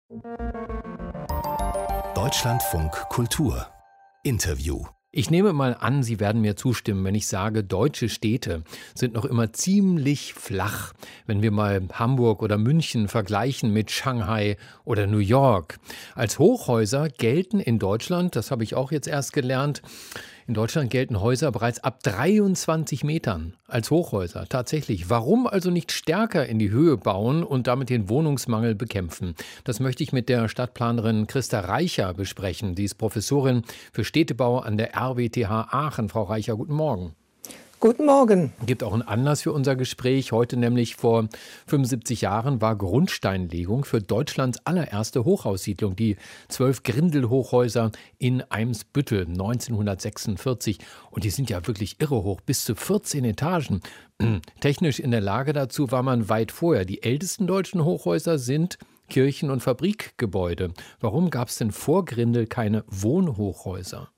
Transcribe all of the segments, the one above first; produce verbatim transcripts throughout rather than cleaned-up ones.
Deutschlandfunk Kultur Interview. Ich nehme mal an, Sie werden mir zustimmen, wenn ich sage, deutsche Städte sind noch immer ziemlich flach, wenn wir mal Hamburg oder München vergleichen mit Shanghai oder New York. Als Hochhäuser gelten in Deutschland, das habe ich auch jetzt erst gelernt, in Deutschland gelten Häuser bereits ab dreiundzwanzig Metern als Hochhäuser. Tatsächlich. Warum also nicht stärker in die Höhe bauen und damit den Wohnungsmangel bekämpfen? Das möchte ich mit der Stadtplanerin Christa Reicher besprechen. Sie ist Professorin für Städtebau an der R W T H Aachen. Frau Reicher, guten Morgen. Guten Morgen. Es gibt auch einen Anlass für unser Gespräch. Heute, nämlich vor fünfundsiebzig Jahren, war Grundsteinlegung für Deutschlands allererste Hochhaussiedlung, die zwölf Grindel-Hochhäuser in Eimsbüttel neunzehnhundertsechsundvierzig. Und die sind ja wirklich irre hoch, bis zu vierzehn Etagen. Technisch in der Lage dazu war man weit vorher. Die ältesten deutschen Hochhäuser sind Kirchen- und Fabrikgebäude. Warum gab es denn vor Grindel keine Wohnhochhäuser?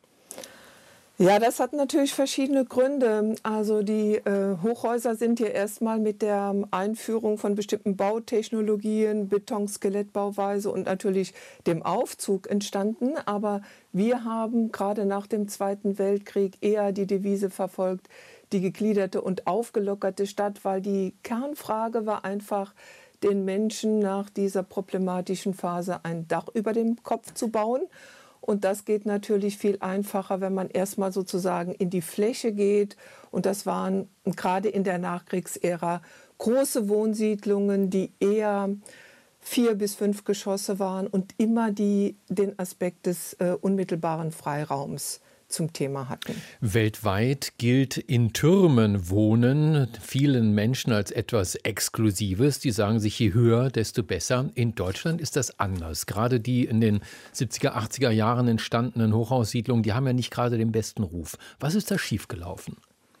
Ja, das hat natürlich verschiedene Gründe. Also die äh, Hochhäuser sind ja erstmal mit der Einführung von bestimmten Bautechnologien, Beton-Skelettbauweise und natürlich dem Aufzug entstanden. Aber wir haben gerade nach dem Zweiten Weltkrieg eher die Devise verfolgt, die gegliederte und aufgelockerte Stadt, weil die Kernfrage war einfach, den Menschen nach dieser problematischen Phase ein Dach über dem Kopf zu bauen. Und das geht natürlich viel einfacher, wenn man erstmal sozusagen in die Fläche geht. Und das waren gerade in der Nachkriegsära große Wohnsiedlungen, die eher vier bis fünf Geschosse waren und immer die, den Aspekt des äh, unmittelbaren Freiraums zum Thema hatten. Weltweit gilt in Türmen wohnen vielen Menschen als etwas Exklusives. Die sagen sich, je höher, desto besser. In Deutschland ist das anders. Gerade die in den siebziger, achtziger Jahren entstandenen Hochhaussiedlungen, die haben ja nicht gerade den besten Ruf. Was ist da schiefgelaufen?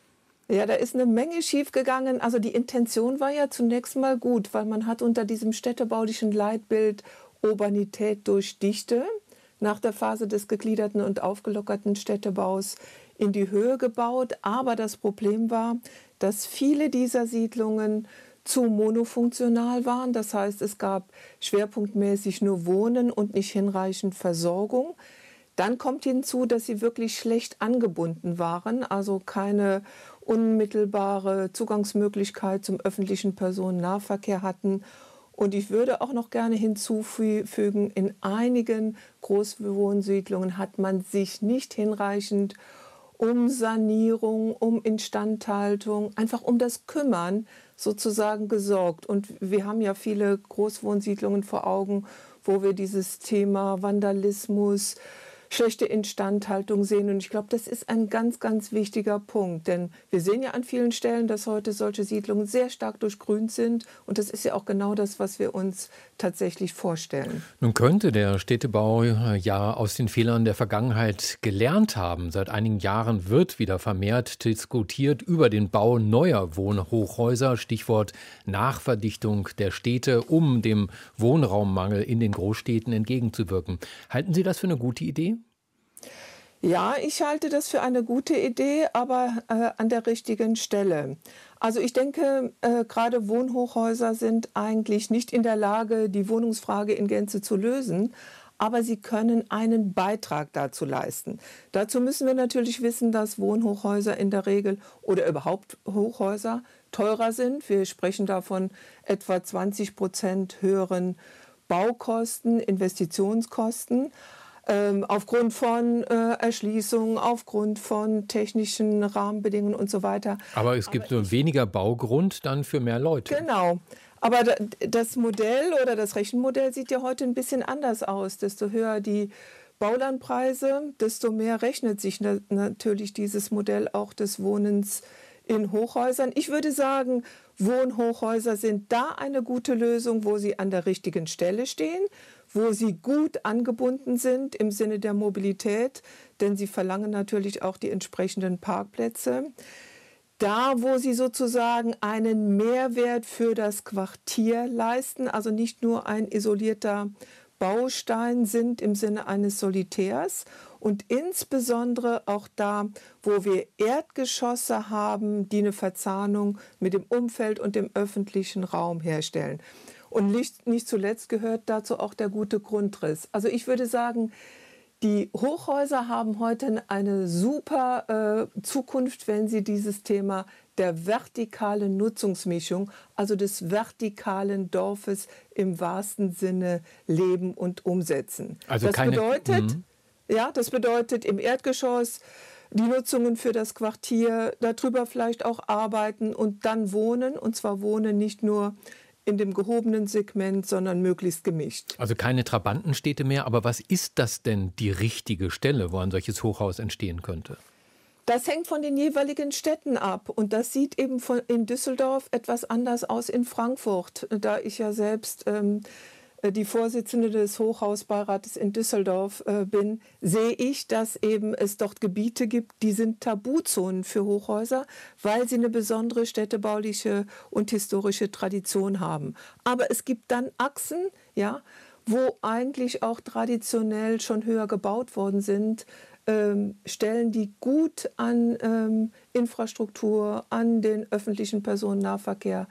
Ja, da ist eine Menge schiefgegangen. Also die Intention war ja zunächst mal gut, weil man hat unter diesem städtebaulichen Leitbild Urbanität durch Dichte nach der Phase des gegliederten und aufgelockerten Städtebaus in die Höhe gebaut. Aber das Problem war, dass viele dieser Siedlungen zu monofunktional waren. Das heißt, es gab schwerpunktmäßig nur Wohnen und nicht hinreichend Versorgung. Dann kommt hinzu, dass sie wirklich schlecht angebunden waren, also keine unmittelbare Zugangsmöglichkeit zum öffentlichen Personennahverkehr hatten. Und ich würde auch noch gerne hinzufügen, in einigen Großwohnsiedlungen hat man sich nicht hinreichend um Sanierung, um Instandhaltung, einfach um das Kümmern sozusagen gesorgt. Und wir haben ja viele Großwohnsiedlungen vor Augen, wo wir dieses Thema Vandalismus, schlechte Instandhaltung sehen. Und ich glaube, das ist ein ganz, ganz wichtiger Punkt. Denn wir sehen ja an vielen Stellen, dass heute solche Siedlungen sehr stark durchgrünt sind. Und das ist ja auch genau das, was wir uns tatsächlich vorstellen. Nun könnte der Städtebau ja aus den Fehlern der Vergangenheit gelernt haben. Seit einigen Jahren wird wieder vermehrt diskutiert über den Bau neuer Wohnhochhäuser. Stichwort Nachverdichtung der Städte, um dem Wohnraummangel in den Großstädten entgegenzuwirken. Halten Sie das für eine gute Idee? Ja, ich halte das für eine gute Idee, aber äh, an der richtigen Stelle. Also ich denke, äh, gerade Wohnhochhäuser sind eigentlich nicht in der Lage, die Wohnungsfrage in Gänze zu lösen, aber sie können einen Beitrag dazu leisten. Dazu müssen wir natürlich wissen, dass Wohnhochhäuser in der Regel oder überhaupt Hochhäuser teurer sind. Wir sprechen davon etwa zwanzig Prozent höheren Baukosten, Investitionskosten. Ähm, aufgrund von äh, Erschließungen, aufgrund von technischen Rahmenbedingungen und so weiter. Aber es gibt nur weniger Baugrund dann für mehr Leute. Genau. Aber da, das Modell oder das Rechenmodell sieht ja heute ein bisschen anders aus. Desto höher die Baulandpreise, desto mehr rechnet sich na, natürlich dieses Modell auch des Wohnens in Hochhäusern. Ich würde sagen, Wohnhochhäuser sind da eine gute Lösung, wo sie an der richtigen Stelle stehen, wo sie gut angebunden sind im Sinne der Mobilität, denn sie verlangen natürlich auch die entsprechenden Parkplätze. Da, wo sie sozusagen einen Mehrwert für das Quartier leisten, also nicht nur ein isolierter Baustein sind im Sinne eines Solitärs und insbesondere auch da, wo wir Erdgeschosse haben, die eine Verzahnung mit dem Umfeld und dem öffentlichen Raum herstellen. Und nicht, nicht zuletzt gehört dazu auch der gute Grundriss. Also ich würde sagen, die Hochhäuser haben heute eine super äh, Zukunft, wenn sie dieses Thema der vertikalen Nutzungsmischung, also des vertikalen Dorfes im wahrsten Sinne leben und umsetzen. Also das keine, bedeutet, mm. ja, das bedeutet im Erdgeschoss die Nutzungen für das Quartier, darüber vielleicht auch arbeiten und dann wohnen, und zwar wohnen nicht nur in dem gehobenen Segment, sondern möglichst gemischt. Also keine Trabantenstädte mehr, aber was ist das denn, die richtige Stelle, wo ein solches Hochhaus entstehen könnte? Das hängt von den jeweiligen Städten ab und das sieht eben von, in Düsseldorf etwas anders aus in Frankfurt, da ich ja selbst ähm, die Vorsitzende des Hochhausbeirates in Düsseldorf äh, bin, sehe ich, dass eben es dort Gebiete gibt, die sind Tabuzonen für Hochhäuser, weil sie eine besondere städtebauliche und historische Tradition haben. Aber es gibt dann Achsen, ja, wo eigentlich auch traditionell schon höher gebaut worden sind, ähm, Stellen, die gut an ähm, Infrastruktur, an den öffentlichen Personennahverkehr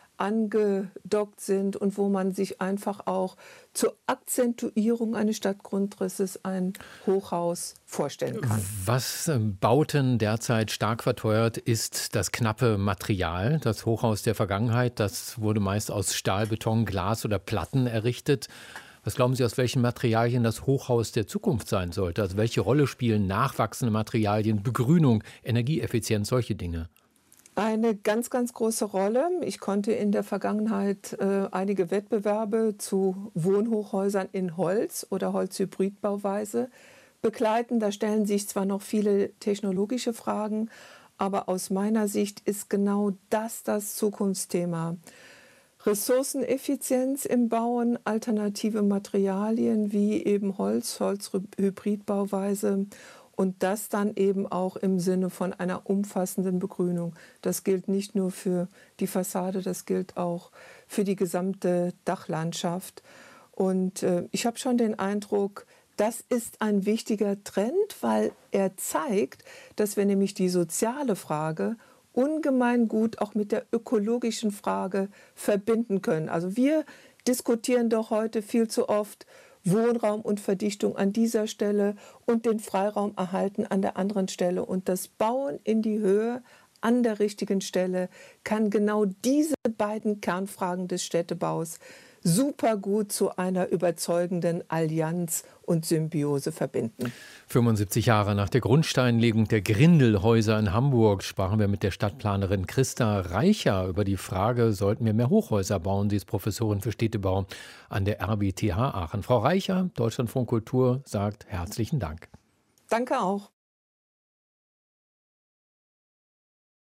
angedockt sind und wo man sich einfach auch zur Akzentuierung eines Stadtgrundrisses ein Hochhaus vorstellen kann. Was Bauten derzeit stark verteuert, ist das knappe Material. Das Hochhaus der Vergangenheit, das wurde meist aus Stahl, Beton, Glas oder Platten errichtet. Was glauben Sie, aus welchen Materialien das Hochhaus der Zukunft sein sollte? Also welche Rolle spielen nachwachsende Materialien, Begrünung, Energieeffizienz, solche Dinge? Eine ganz, ganz große Rolle. Ich konnte in der Vergangenheit äh, einige Wettbewerbe zu Wohnhochhäusern in Holz oder Holzhybridbauweise begleiten. Da stellen sich zwar noch viele technologische Fragen, aber aus meiner Sicht ist genau das das Zukunftsthema. Ressourceneffizienz im Bauen, alternative Materialien wie eben Holz, Holzhybridbauweise. Und das dann eben auch im Sinne von einer umfassenden Begrünung. Das gilt nicht nur für die Fassade, das gilt auch für die gesamte Dachlandschaft. Und äh, ich habe schon den Eindruck, das ist ein wichtiger Trend, weil er zeigt, dass wir nämlich die soziale Frage ungemein gut auch mit der ökologischen Frage verbinden können. Also wir diskutieren doch heute viel zu oft Wohnraum und Verdichtung an dieser Stelle und den Freiraum erhalten an der anderen Stelle. Und das Bauen in die Höhe an der richtigen Stelle kann genau diese beiden Kernfragen des Städtebaus super gut zu einer überzeugenden Allianz und Symbiose verbinden. fünfundsiebzig Jahre nach der Grundsteinlegung der Grindelhäuser in Hamburg sprachen wir mit der Stadtplanerin Christa Reicher über die Frage, sollten wir mehr Hochhäuser bauen? Sie ist Professorin für Städtebau an der R W T H Aachen. Frau Reicher, Deutschlandfunk Kultur sagt herzlichen Dank. Danke auch.